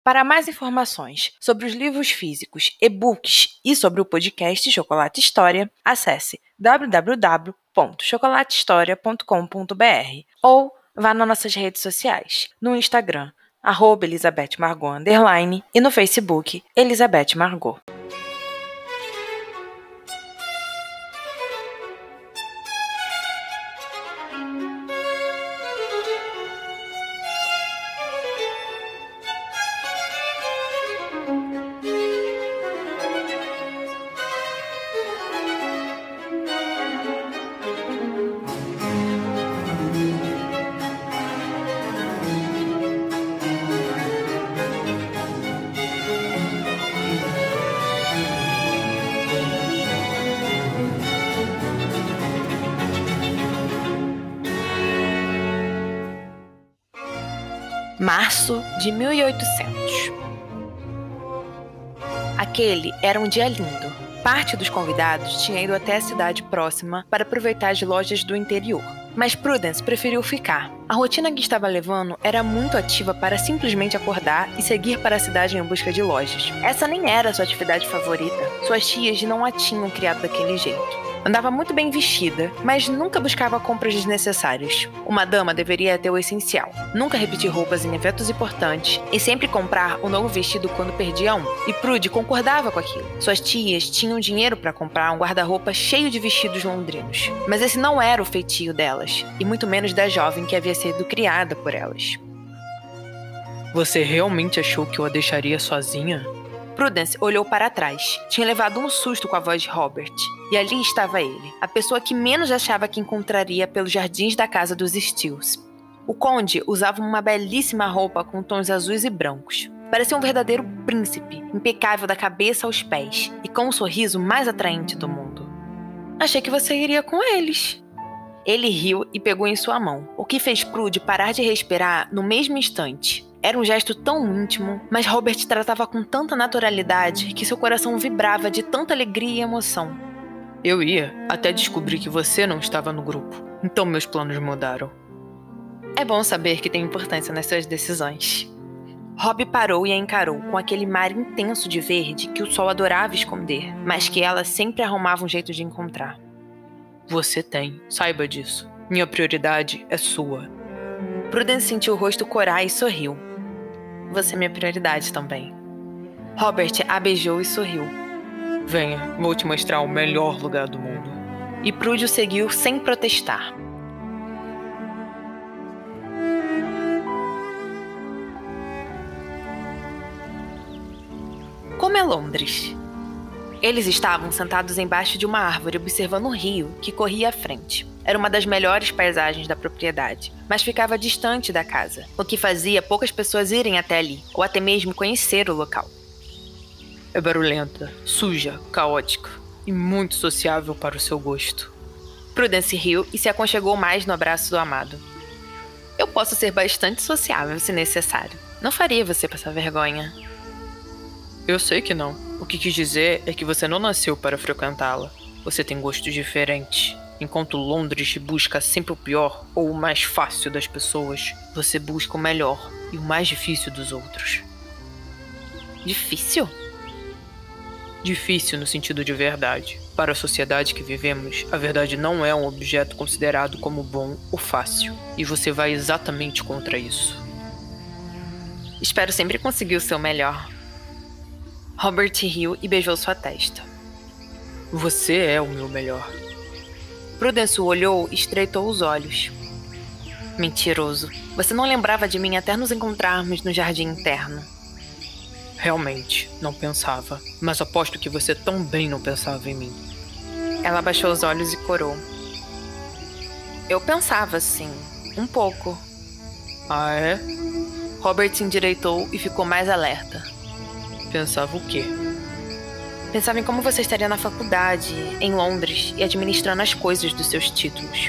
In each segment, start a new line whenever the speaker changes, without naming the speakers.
Para mais informações sobre os livros físicos, e-books e sobre o podcast Chocolate História, acesse www.chocolatehistoria.com.br ou vá nas nossas redes sociais, no Instagram, @ElizabethMargot_, e no Facebook, Elizabeth Margot. Março de 1800. Aquele era um dia lindo. Parte dos convidados tinha ido até a cidade próxima para aproveitar as lojas do interior. Mas Prudence preferiu ficar. A rotina que estava levando era muito ativa para simplesmente acordar e seguir para a cidade em busca de lojas. Essa nem era sua atividade favorita. Suas tias não a tinham criado daquele jeito. Andava muito bem vestida, mas nunca buscava compras desnecessárias. Uma dama deveria ter o essencial. Nunca repetir roupas em eventos importantes e sempre comprar um novo vestido quando perdia um. E Prude concordava com aquilo. Suas tias tinham dinheiro para comprar um guarda-roupa cheio de vestidos londrinos. Mas esse não era o feitio delas, e muito menos da jovem que havia sido criada por elas.
Você realmente achou que eu a deixaria sozinha?
Prudence olhou para trás. Tinha levado um susto com a voz de Robert. E ali estava ele, a pessoa que menos achava que encontraria pelos jardins da casa dos Steels. O conde usava uma belíssima roupa com tons azuis e brancos. Parecia um verdadeiro príncipe, impecável da cabeça aos pés e com o sorriso mais atraente do mundo. Achei que você iria com eles. Ele riu e pegou em sua mão, o que fez Prude parar de respirar no mesmo instante. Era um gesto tão íntimo, mas Robert tratava com tanta naturalidade que seu coração vibrava de tanta alegria e emoção.
Eu ia, até descobrir que você não estava no grupo. Então meus planos mudaram.
É bom saber que tem importância nas suas decisões. Rob parou e a encarou com aquele mar intenso de verde que o sol adorava esconder, mas que ela sempre arrumava um jeito de encontrar.
Você tem, saiba disso. Minha prioridade é sua.
Prudence sentiu o rosto corar e sorriu. Você é minha prioridade também. Robert a beijou e sorriu.
Venha, vou te mostrar o melhor lugar do mundo.
E Prude o seguiu sem protestar. Como é Londres? Eles estavam sentados embaixo de uma árvore observando um rio que corria à frente. Era uma das melhores paisagens da propriedade, mas ficava distante da casa, o que fazia poucas pessoas irem até ali, ou até mesmo conhecer o local.
É barulhenta, suja, caótica e muito sociável para o seu gosto.
Prudence riu e se aconchegou mais no abraço do amado. Eu posso ser bastante sociável se necessário. Não faria você passar vergonha.
Eu sei que não. O que quis dizer é que você não nasceu para frequentá-la. Você tem gostos diferentes. Enquanto Londres busca sempre o pior ou o mais fácil das pessoas, você busca o melhor e o mais difícil dos outros.
Difícil?
Difícil no sentido de verdade. Para a sociedade que vivemos, a verdade não é um objeto considerado como bom ou fácil. E você vai exatamente contra isso.
Espero sempre conseguir o seu melhor. Robert riu e beijou sua testa.
Você é o meu melhor.
Prudence o olhou e estreitou os olhos. Mentiroso. Você não lembrava de mim até nos encontrarmos no jardim interno.
Realmente, não pensava. Mas aposto que você também não pensava em mim.
Ela abaixou os olhos e corou. Eu pensava, sim. Um pouco.
Ah, é?
Robert se endireitou e ficou mais alerta.
Pensava o quê?
Pensava em como você estaria na faculdade, em Londres, e administrando as coisas dos seus títulos.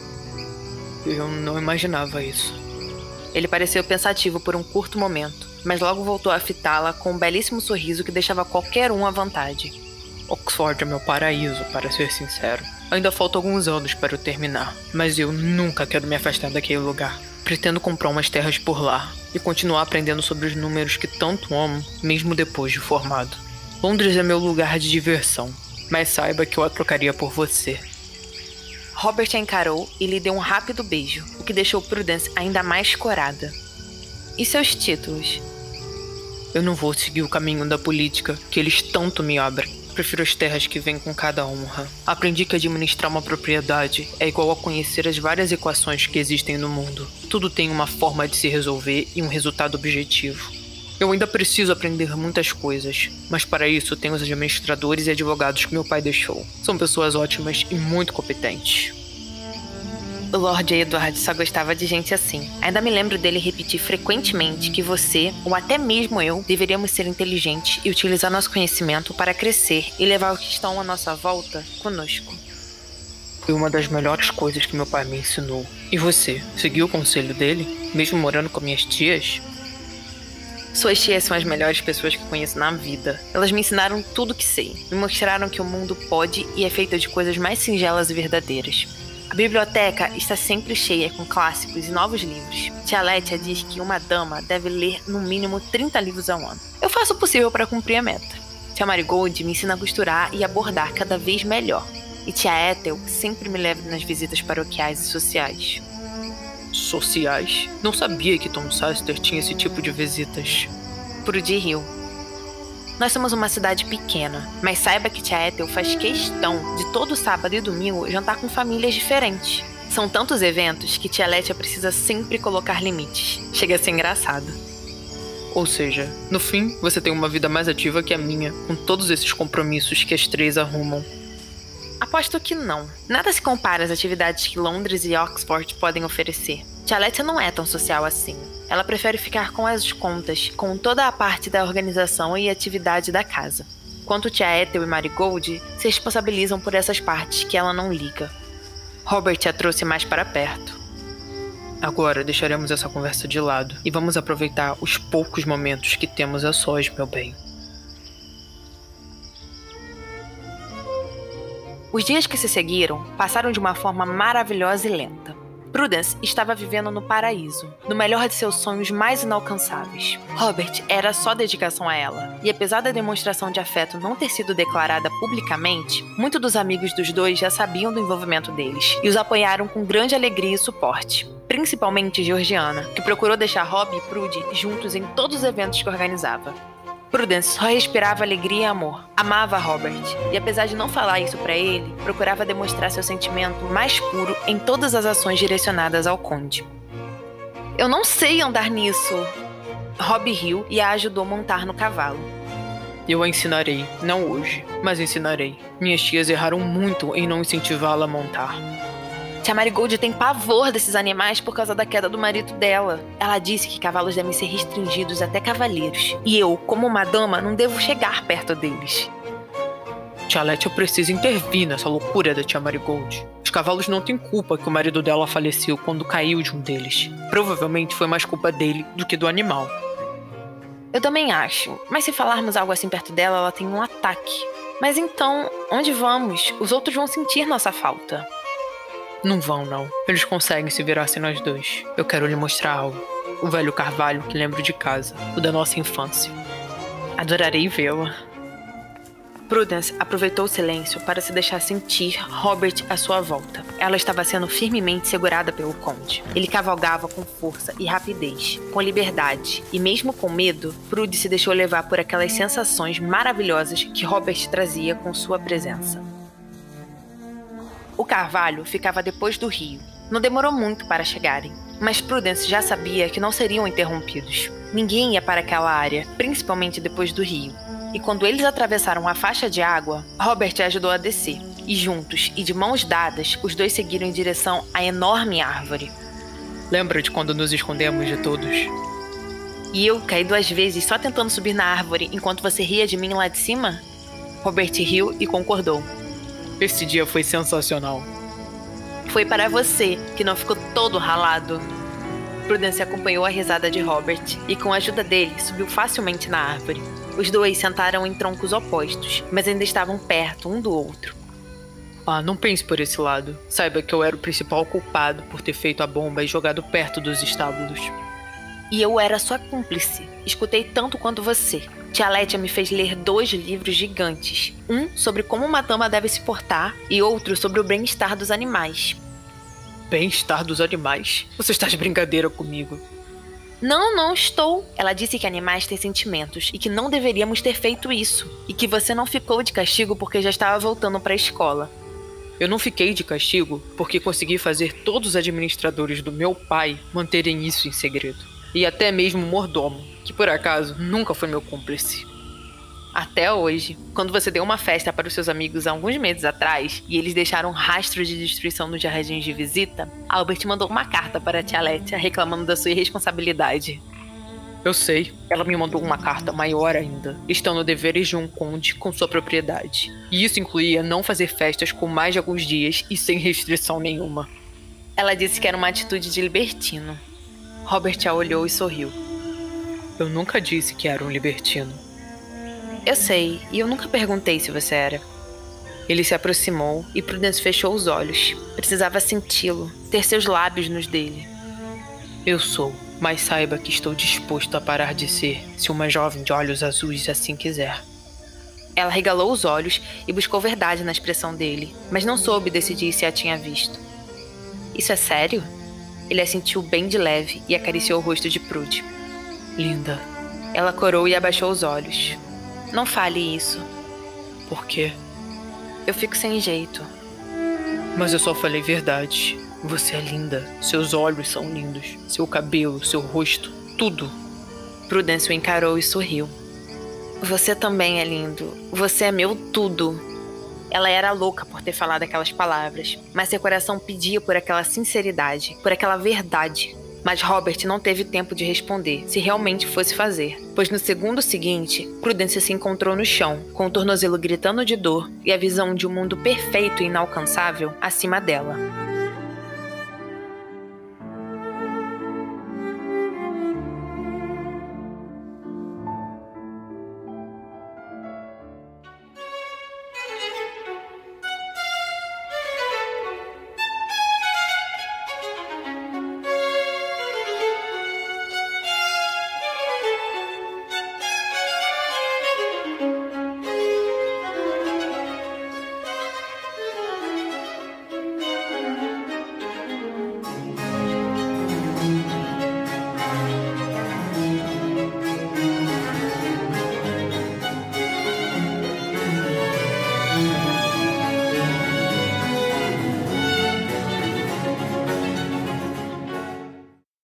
Eu não imaginava isso.
Ele pareceu pensativo por um curto momento, mas logo voltou a fitá-la com um belíssimo sorriso que deixava qualquer um à vontade.
Oxford é meu paraíso, para ser sincero. Ainda faltam alguns anos para eu terminar, mas eu nunca quero me afastar daquele lugar. Pretendo comprar umas terras por lá e continuar aprendendo sobre os números que tanto amo, mesmo depois de formado. Londres é meu lugar de diversão, mas saiba que eu a trocaria por você.
Robert a encarou e lhe deu um rápido beijo, o que deixou Prudence ainda mais corada. E seus títulos?
Eu não vou seguir o caminho da política que eles tanto me abrem. Prefiro as terras que vêm com cada honra. Aprendi que administrar uma propriedade é igual a conhecer as várias equações que existem no mundo. Tudo tem uma forma de se resolver e um resultado objetivo. Eu ainda preciso aprender muitas coisas, mas para isso tenho os administradores e advogados que meu pai deixou. São pessoas ótimas e muito competentes.
O Lord Edward só gostava de gente assim. Ainda me lembro dele repetir frequentemente que você, ou até mesmo eu, deveríamos ser inteligentes e utilizar nosso conhecimento para crescer e levar o que estão à nossa volta conosco.
Foi uma das melhores coisas que meu pai me ensinou. E você, seguiu o conselho dele, mesmo morando com minhas tias?
Suas tias são as melhores pessoas que conheço na vida. Elas me ensinaram tudo que sei. Me mostraram que o mundo pode e é feito de coisas mais singelas e verdadeiras. A biblioteca está sempre cheia com clássicos e novos livros. Tia Letia diz que uma dama deve ler no mínimo 30 livros ao ano. Eu faço o possível para cumprir a meta. Tia Marigold me ensina a costurar e a bordar cada vez melhor. E tia Ethel sempre me leva nas visitas paroquiais e sociais.
Sociais? Não sabia que Tom Saster tinha esse tipo de visitas.
Prudy riu. Nós somos uma cidade pequena, mas saiba que tia Ethel faz questão de todo sábado e domingo jantar com famílias diferentes. São tantos eventos que tia Letia precisa sempre colocar limites. Chega a ser engraçado.
Ou seja, no fim, você tem uma vida mais ativa que a minha, com todos esses compromissos que as três arrumam.
Aposto que não. Nada se compara às atividades que Londres e Oxford podem oferecer. Tia Letia não é tão social assim. Ela prefere ficar com as contas, com toda a parte da organização e atividade da casa. Enquanto tia Ethel e Marigold se responsabilizam por essas partes que ela não liga. Robert a trouxe mais para perto.
Agora deixaremos essa conversa de lado e vamos aproveitar os poucos momentos que temos a sós, meu bem.
Os dias que se seguiram passaram de uma forma maravilhosa e lenta. Prudence estava vivendo no paraíso, no melhor de seus sonhos mais inalcançáveis. Robert era só dedicação a ela, e apesar da demonstração de afeto não ter sido declarada publicamente, muitos dos amigos dos dois já sabiam do envolvimento deles, e os apoiaram com grande alegria e suporte. Principalmente Georgiana, que procurou deixar Rob e Prudy juntos em todos os eventos que organizava. Prudence só respirava alegria e amor. Amava Robert, e apesar de não falar isso pra ele, procurava demonstrar seu sentimento mais puro em todas as ações direcionadas ao conde. Eu não sei andar nisso. Rob riu e a ajudou a montar no cavalo.
Eu a ensinarei, não hoje, mas ensinarei. Minhas tias erraram muito em não incentivá-la a montar.
Tia Marigold tem pavor desses animais por causa da queda do marido dela. Ela disse que cavalos devem ser restringidos até cavaleiros. E eu, como uma dama, não devo chegar perto deles.
Tia Letia precisa intervir nessa loucura da tia Marigold. Os cavalos não têm culpa que o marido dela faleceu quando caiu de um deles. Provavelmente foi mais culpa dele do que do animal.
Eu também acho, mas se falarmos algo assim perto dela, ela tem um ataque. Mas então, onde vamos? Os outros vão sentir nossa falta.
Não vão, não. Eles conseguem se virar sem nós dois. Eu quero lhe mostrar algo. O velho carvalho que lembro de casa. O da nossa infância.
Adorarei vê-lo. Prudence aproveitou o silêncio para se deixar sentir Robert à sua volta. Ela estava sendo firmemente segurada pelo conde. Ele cavalgava com força e rapidez, com liberdade. E mesmo com medo, Prudence se deixou levar por aquelas sensações maravilhosas que Robert trazia com sua presença. O carvalho ficava depois do rio. Não demorou muito para chegarem, mas Prudence já sabia que não seriam interrompidos. Ninguém ia para aquela área, principalmente depois do rio. E quando eles atravessaram a faixa de água, Robert a ajudou a descer. E juntos, e de mãos dadas, os dois seguiram em direção à enorme árvore.
Lembra de quando nos escondemos de todos?
E eu caí 2 vezes só tentando subir na árvore enquanto você ria de mim lá de cima? Robert riu e concordou.
Esse dia foi sensacional.
Foi para você, que não ficou todo ralado. Prudence acompanhou a risada de Robert e, com a ajuda dele, subiu facilmente na árvore. Os dois sentaram em troncos opostos, mas ainda estavam perto um do outro.
Ah, não pense por esse lado. Saiba que eu era o principal culpado por ter feito a bomba e jogado perto dos estábulos.
E eu era sua cúmplice. Escutei tanto quanto você. Tia Letia me fez ler 2 livros gigantes. Um sobre como uma dama deve se portar e outro sobre o bem-estar dos animais.
Bem-estar dos animais? Você está de brincadeira comigo.
Não, não estou. Ela disse que animais têm sentimentos e que não deveríamos ter feito isso. E que você não ficou de castigo porque já estava voltando para a escola.
Eu não fiquei de castigo porque consegui fazer todos os administradores do meu pai manterem isso em segredo. E até mesmo o mordomo, que por acaso nunca foi meu cúmplice.
Até hoje, quando você deu uma festa para os seus amigos há alguns meses atrás e eles deixaram rastros de destruição nos jardins de visita, Albert mandou uma carta para a tia Letia reclamando da sua irresponsabilidade.
Eu sei, ela me mandou uma carta maior ainda, estando deveres de um conde com sua propriedade. E isso incluía não fazer festas com mais de alguns dias e sem restrição nenhuma.
Ela disse que era uma atitude de libertino. Robert a olhou e sorriu.
Eu nunca disse que era um libertino.
Eu sei, e eu nunca perguntei se você era. Ele se aproximou e Prudence fechou os olhos. Precisava senti-lo, ter seus lábios nos dele.
Eu sou, mas saiba que estou disposto a parar de ser, se uma jovem de olhos azuis assim quiser.
Ela regalou os olhos e buscou verdade na expressão dele, mas não soube decidir se a tinha visto. Isso é sério? Ele a sentiu bem de leve e acariciou o rosto de Prude.
Linda.
Ela corou e abaixou os olhos. Não fale isso.
Por quê?
Eu fico sem jeito.
Mas eu só falei verdade. Você é linda. Seus olhos são lindos. Seu cabelo, seu rosto, tudo.
Prudence o encarou e sorriu. Você também é lindo. Você é meu tudo. Ela era louca por ter falado aquelas palavras, mas seu coração pedia por aquela sinceridade, por aquela verdade. Mas Robert não teve tempo de responder, se realmente fosse fazer, pois no segundo seguinte, Prudence se encontrou no chão, com o tornozelo gritando de dor e a visão de um mundo perfeito e inalcançável acima dela.